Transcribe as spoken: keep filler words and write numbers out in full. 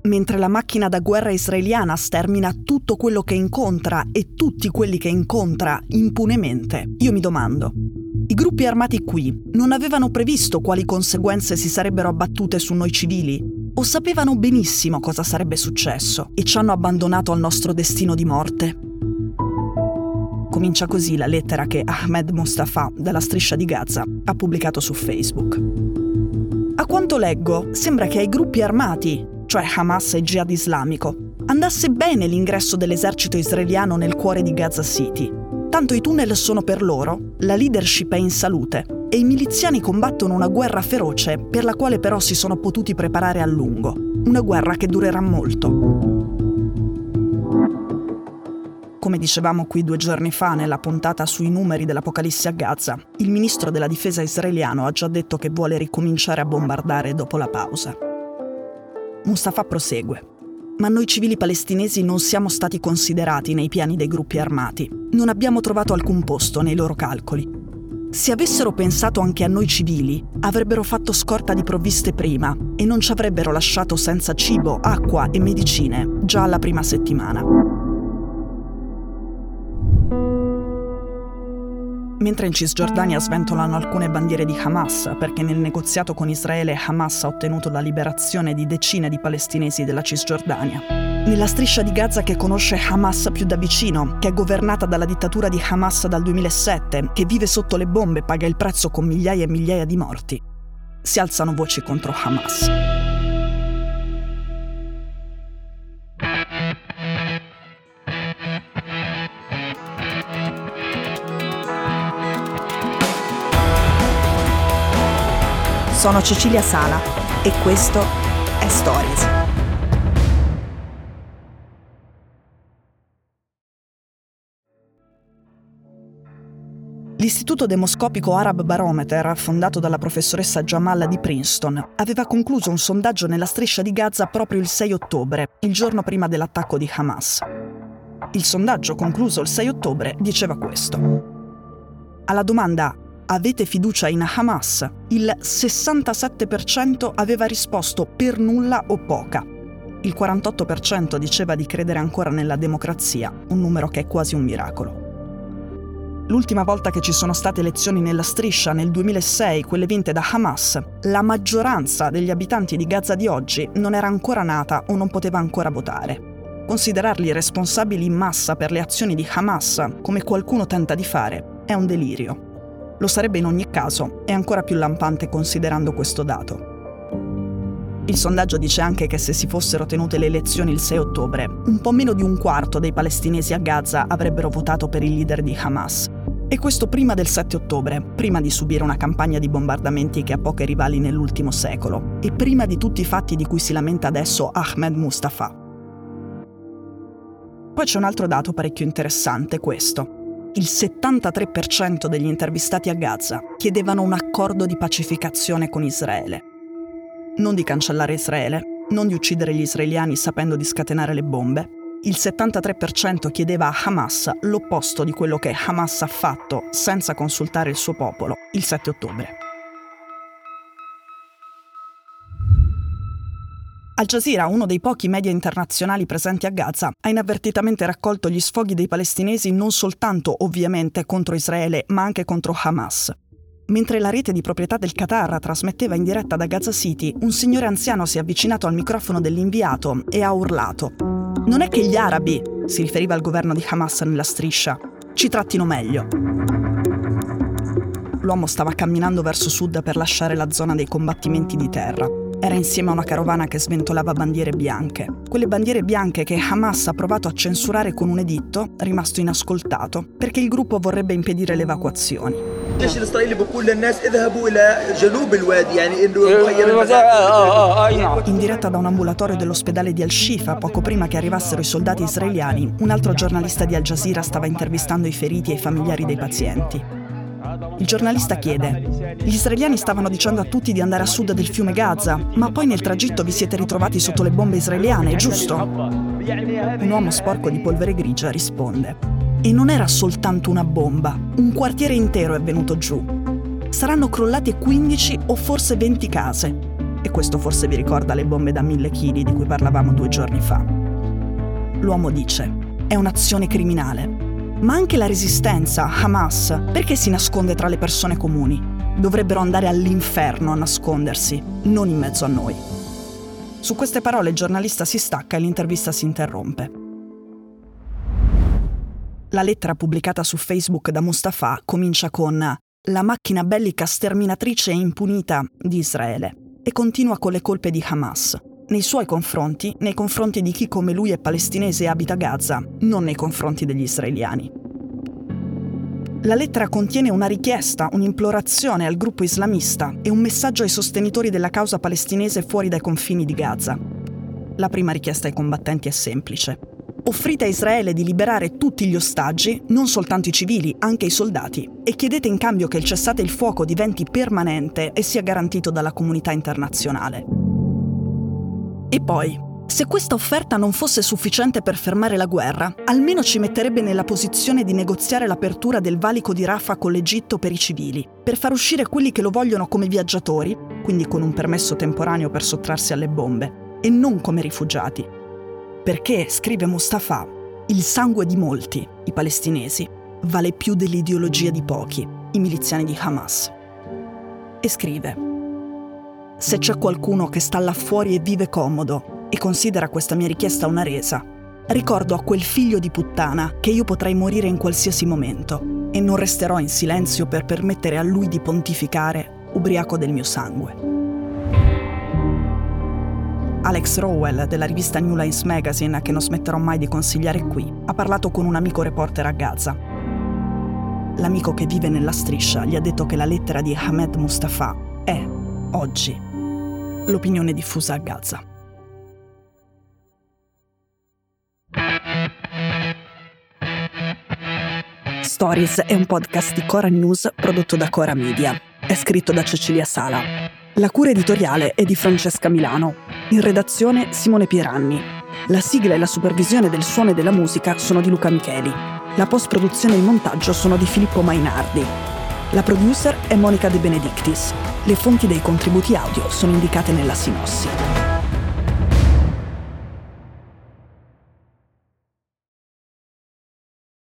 mentre la macchina da guerra israeliana stermina tutto quello che incontra e tutti quelli che incontra impunemente, io mi domando: i gruppi armati qui non avevano previsto quali conseguenze si sarebbero abbattute su noi civili? O sapevano benissimo cosa sarebbe successo e ci hanno abbandonato al nostro destino di morte? Comincia così la lettera che Ahmed Mustafa della Striscia di Gaza ha pubblicato su Facebook. A quanto leggo, sembra che ai gruppi armati, cioè Hamas e Jihad islamico, andasse bene l'ingresso dell'esercito israeliano nel cuore di Gaza City. Tanto i tunnel sono per loro, la leadership è in salute e i miliziani combattono una guerra feroce per la quale però si sono potuti preparare a lungo. Una guerra che durerà molto. Come dicevamo qui due giorni fa nella puntata sui numeri dell'Apocalisse a Gaza, il ministro della difesa israeliano ha già detto che vuole ricominciare a bombardare dopo la pausa. Mustafa prosegue: ma noi civili palestinesi non siamo stati considerati nei piani dei gruppi armati. Non abbiamo trovato alcun posto nei loro calcoli. Se avessero pensato anche a noi civili, avrebbero fatto scorta di provviste prima e non ci avrebbero lasciato senza cibo, acqua e medicine già alla prima settimana. Mentre in Cisgiordania sventolano alcune bandiere di Hamas, perché nel negoziato con Israele Hamas ha ottenuto la liberazione di decine di palestinesi della Cisgiordania. Nella striscia di Gaza che conosce Hamas più da vicino, che è governata dalla dittatura di Hamas dal duemilasette, che vive sotto le bombe e paga il prezzo con migliaia e migliaia di morti, si alzano voci contro Hamas. Sono Cecilia Sala e questo è Stories. L'Istituto Demoscopico Arab Barometer, fondato dalla professoressa Jamal di Princeton, aveva concluso un sondaggio nella striscia di Gaza proprio il sei ottobre, il giorno prima dell'attacco di Hamas. Il sondaggio, concluso il sei ottobre, diceva questo. Alla domanda "Avete fiducia in Hamas?", il sessantasette per cento aveva risposto per nulla o poca. Il quarantotto per cento diceva di credere ancora nella democrazia, un numero che è quasi un miracolo. L'ultima volta che ci sono state elezioni nella striscia, nel duemilasei, quelle vinte da Hamas, la maggioranza degli abitanti di Gaza di oggi non era ancora nata o non poteva ancora votare. Considerarli responsabili in massa per le azioni di Hamas, come qualcuno tenta di fare, è un delirio. Lo sarebbe in ogni caso, e ancora più lampante considerando questo dato. Il sondaggio dice anche che se si fossero tenute le elezioni il sei ottobre, un po' meno di un quarto dei palestinesi a Gaza avrebbero votato per il leader di Hamas. E questo prima del sette ottobre, prima di subire una campagna di bombardamenti che ha poche rivali nell'ultimo secolo, e prima di tutti i fatti di cui si lamenta adesso Ahmed Mustafa. Poi c'è un altro dato parecchio interessante, questo. Il settantatré per cento degli intervistati a Gaza chiedevano un accordo di pacificazione con Israele. Non di cancellare Israele, non di uccidere gli israeliani sapendo di scatenare le bombe. Il settantatré per cento chiedeva a Hamas l'opposto di quello che Hamas ha fatto senza consultare il suo popolo il sette ottobre. Al Jazeera, uno dei pochi media internazionali presenti a Gaza, ha inavvertitamente raccolto gli sfoghi dei palestinesi non soltanto, ovviamente, contro Israele, ma anche contro Hamas. Mentre la rete di proprietà del Qatar trasmetteva in diretta da Gaza City, un signore anziano si è avvicinato al microfono dell'inviato e ha urlato: "Non è che gli arabi", si riferiva al governo di Hamas nella striscia, "ci trattino meglio". L'uomo stava camminando verso sud per lasciare la zona dei combattimenti di terra. Era insieme a una carovana che sventolava bandiere bianche. Quelle bandiere bianche che Hamas ha provato a censurare con un editto, rimasto inascoltato, perché il gruppo vorrebbe impedire le evacuazioni. In diretta da un ambulatorio dell'ospedale di Al-Shifa, poco prima che arrivassero i soldati israeliani, un altro giornalista di Al Jazeera stava intervistando i feriti e i familiari dei pazienti. Il giornalista chiede: "Gli israeliani stavano dicendo a tutti di andare a sud del fiume Gaza, ma poi nel tragitto vi siete ritrovati sotto le bombe israeliane, giusto?" Un uomo sporco di polvere grigia risponde: "E non era soltanto una bomba, un quartiere intero è venuto giù. Saranno crollate quindici o forse venti case. E questo forse vi ricorda le bombe da mille chili di cui parlavamo due giorni fa. L'uomo dice: è un'azione criminale. Ma anche la resistenza, Hamas, perché si nasconde tra le persone comuni? Dovrebbero andare all'inferno a nascondersi, non in mezzo a noi. Su queste parole il giornalista si stacca e l'intervista si interrompe. La lettera pubblicata su Facebook da Mustafa comincia con «la macchina bellica sterminatrice e impunita di Israele» e continua con le colpe di Hamas, nei suoi confronti, nei confronti di chi come lui è palestinese e abita Gaza, non nei confronti degli israeliani. La lettera contiene una richiesta, un'implorazione al gruppo islamista e un messaggio ai sostenitori della causa palestinese fuori dai confini di Gaza. La prima richiesta ai combattenti è semplice. Offrite a Israele di liberare tutti gli ostaggi, non soltanto i civili, anche i soldati, e chiedete in cambio che il cessate il fuoco diventi permanente e sia garantito dalla comunità internazionale. E poi, se questa offerta non fosse sufficiente per fermare la guerra, almeno ci metterebbe nella posizione di negoziare l'apertura del valico di Rafah con l'Egitto per i civili, per far uscire quelli che lo vogliono come viaggiatori, quindi con un permesso temporaneo per sottrarsi alle bombe, e non come rifugiati. Perché, scrive Mustafa, il sangue di molti, i palestinesi, vale più dell'ideologia di pochi, i miliziani di Hamas. E scrive: se c'è qualcuno che sta là fuori e vive comodo e considera questa mia richiesta una resa, ricordo a quel figlio di puttana che io potrei morire in qualsiasi momento e non resterò in silenzio per permettere a lui di pontificare, ubriaco del mio sangue. Alex Rowell, della rivista New Lines Magazine, che non smetterò mai di consigliare qui, ha parlato con un amico reporter a Gaza. L'amico che vive nella striscia gli ha detto che la lettera di Ahmed Mustafa è, oggi, l'opinione diffusa a Gaza. Stories è un podcast di Cora News prodotto da Cora Media. È scritto da Cecilia Sala. La cura editoriale è di Francesca Milano. In redazione Simone Pieranni. La sigla e la supervisione del suono e della musica sono di Luca Micheli. La post-produzione e il montaggio sono di Filippo Mainardi. La producer è Monica De Benedictis. Le fonti dei contributi audio sono indicate nella sinossi.